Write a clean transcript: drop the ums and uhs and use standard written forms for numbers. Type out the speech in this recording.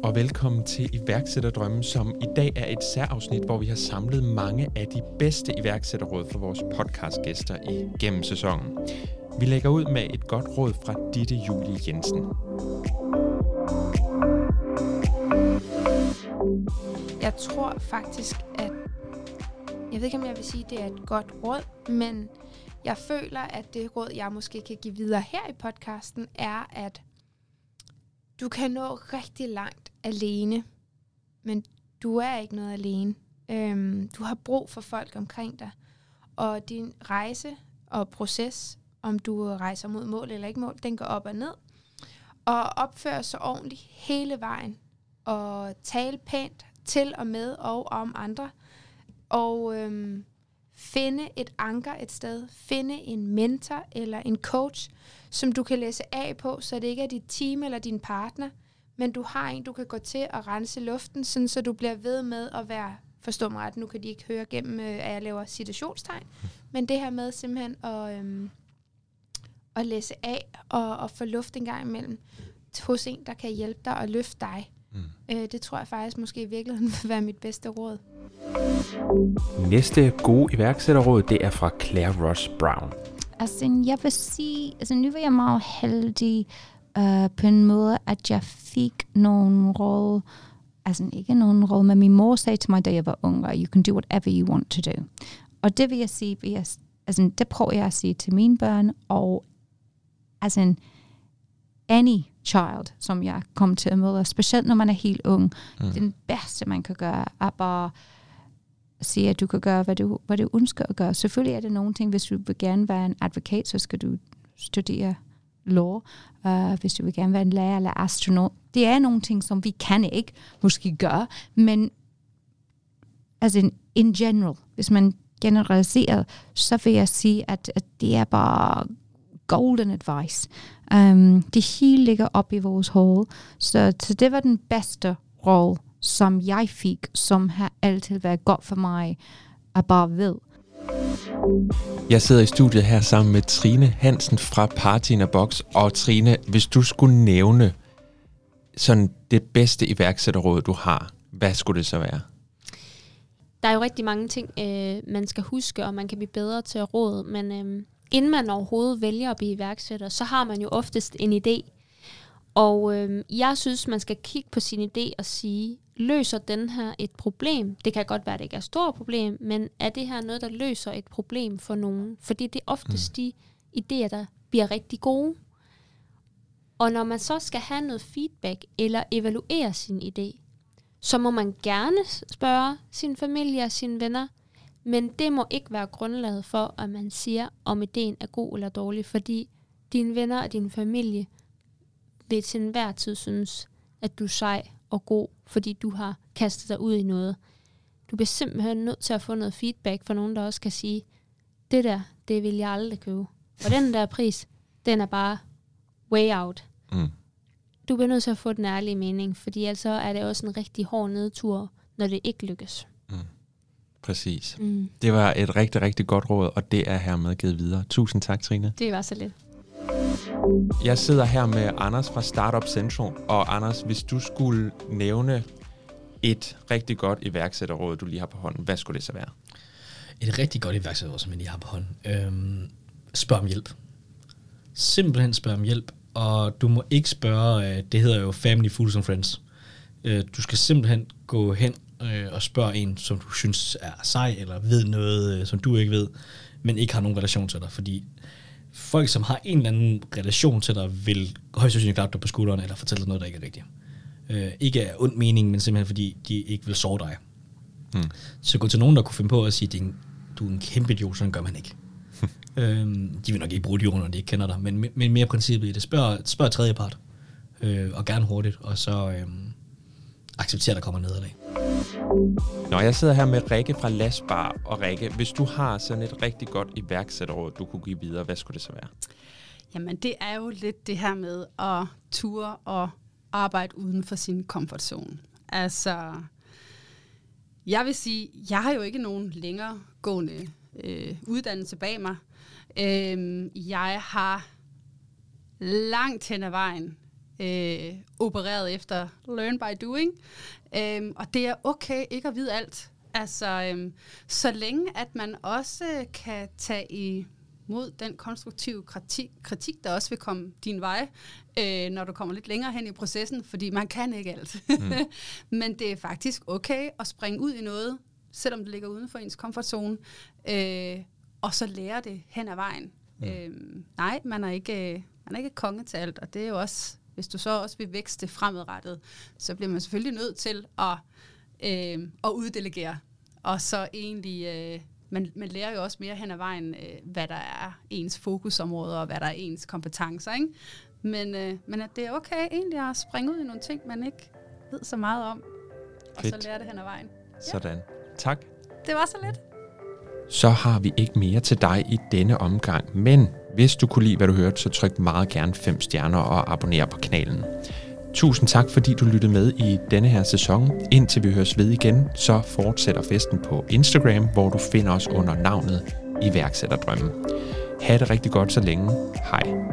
og velkommen til Iværksætterdrømme, som i dag er et særafsnit, hvor vi har samlet mange af de bedste iværksætterråd for vores podcastgæster igennem sæsonen. Vi lægger ud med et godt råd fra Ditte Julie Jensen. Jeg tror faktisk, at jeg ved ikke, om jeg vil sige, at det er et godt råd, men jeg føler, at det råd, jeg måske kan give videre her i podcasten, er, at du kan nå rigtig langt alene, men du er ikke noget alene. Du har brug for folk omkring dig, og din rejse og proces, om du rejser mod mål eller ikke mål, den går op og ned, og opfør sig ordentligt hele vejen, og tale pænt til og med og om andre, og finde et anker et sted, finde en mentor eller en coach, som du kan læse af på, så det ikke er dit team eller din partner, men du har en, du kan gå til og rense luften, sådan så du bliver ved med at være, forstå mig ret, nu kan de ikke høre gennem, at jeg laver citationstegn, men det her med simpelthen at læse af og få luft en gang imellem hos en, der kan hjælpe dig og løfte dig. Det tror jeg faktisk måske i virkeligheden vil være mit bedste råd. Næste gode iværksætterråd, det er fra Claire Ross Brown. Altså, jeg vil sige, nu var jeg meget heldig på en måde, at jeg fik nogle råd, altså ikke nogen råd, men min mor sagde til mig, da jeg var ung, you can do whatever you want to do. Og det vil jeg sige, det prøver jeg at sige til mine børn, og altså any child, som jeg kom til at møde, specielt når man er helt ung, den bedste man kan gøre, er bare sige, at du kan gøre, hvad du ønsker at gøre. Selvfølgelig er det nogle ting, hvis du vil gerne være en advokat, så skal du studere law. Hvis du vil gerne være en lærer eller astronaut. Det er nogle ting, som vi kan ikke måske gøre, men altså in general, hvis man generaliserer, så vil jeg sige, at det er bare golden advice. Det hele ligger op i vores hoved. Så det var den bedste råd, som jeg fik, som har altid været godt for mig at bare ved. Jeg sidder i studiet her sammen med Trine Hansen fra Party in a Box. Og Trine, hvis du skulle nævne sådan det bedste iværksætterråd, du har, hvad skulle det så være? Der er jo rigtig mange ting, man skal huske, og man kan blive bedre til at råde, men inden man overhovedet vælger at blive iværksætter, så har man jo oftest en idé. Og jeg synes, man skal kigge på sin idé og sige, løser den her et problem? Det kan godt være, at det ikke er et stort problem, men er det her noget, der løser et problem for nogen? Fordi det er oftest de idéer, der bliver rigtig gode. Og når man så skal have noget feedback eller evaluere sin idé, så må man gerne spørge sin familie og sine venner, men det må ikke være grundlaget for, at man siger, om idéen er god eller dårlig, fordi dine venner og din familie vil til enhver tid synes, at du er sej og god, fordi du har kastet dig ud i noget. Du bliver simpelthen nødt til at få noget feedback fra nogen, der også kan sige, det vil jeg aldrig købe. Og den der pris, den er bare way out. Du bliver nødt til at få den ærlige mening, fordi altså er det også en rigtig hård nedtur, når det ikke lykkes. Præcis. Det var et rigtig, rigtig godt råd, og det er hermed givet videre. Tusind tak, Trine. Det var så lidt. Jeg sidder her med Anders fra Startup Central, og Anders, hvis du skulle nævne et rigtig godt iværksætterråd, du lige har på hånden, hvad skulle det så være? Et rigtig godt iværksætterråd, som jeg lige har på hånden. Spørg om hjælp. Simpelthen spørg om hjælp, og du må ikke spørge, det hedder jo family, fools and friends. Du skal simpelthen gå hen og spørge en, som du synes er sej, eller ved noget, som du ikke ved, men ikke har nogen relation til dig, fordi folk, som har en eller anden relation til dig, vil højst sandsynligt klappe dig på skulderen, eller fortælle dig noget, der ikke er rigtigt. Ikke af ond mening, men simpelthen fordi de ikke vil såre dig. Så gå til nogen, der kunne finde på at sige, du er en kæmpe idiot, sådan gør man ikke. De vil nok ikke bruge de ord, når de ikke kender dig, men mere princippet i det. Spørg tredjepart, og gerne hurtigt, og så acceptere, der kommer nederlag. Nå, jeg sidder her med Rikke fra Lasbar, og Rikke, hvis du har sådan et rigtig godt iværksætterråd, du kunne give videre, hvad skulle det så være? Jamen, det er jo lidt det her med at ture og arbejde uden for sin comfort zone. Altså, jeg vil sige, jeg har jo ikke nogen længere gående uddannelse bag mig. Jeg har langt hen ad vejen opereret efter learn by doing. Og det er okay ikke at vide alt. Altså, så længe at man også kan tage imod den konstruktive kritik, der også vil komme din vej, når du kommer lidt længere hen i processen, fordi man kan ikke alt. Men det er faktisk okay at springe ud i noget, selvom det ligger uden for ens komfortzone, og så lære det hen ad vejen. Nej, man er ikke konge til alt, og det er jo også, hvis du så også vil vækste fremadrettet, så bliver man selvfølgelig nødt til at uddelegere. Og så egentlig, man lærer jo også mere hen ad vejen, hvad der er ens fokusområder, og hvad der er ens kompetencer, ikke? Men at det er okay egentlig at springe ud i nogle ting, man ikke ved så meget om, og Fedt. så lære det hen ad vejen. Sådan. Tak. Det var så lidt. Så har vi ikke mere til dig i denne omgang, men hvis du kunne lide, hvad du hørte, så tryk meget gerne 5 stjerner og abonner på kanalen. Tusind tak, fordi du lyttede med i denne her sæson. Indtil vi høres ved igen, så fortsætter festen på Instagram, hvor du finder os under navnet Iværksætterdrømme. Ha' det rigtig godt så længe. Hej.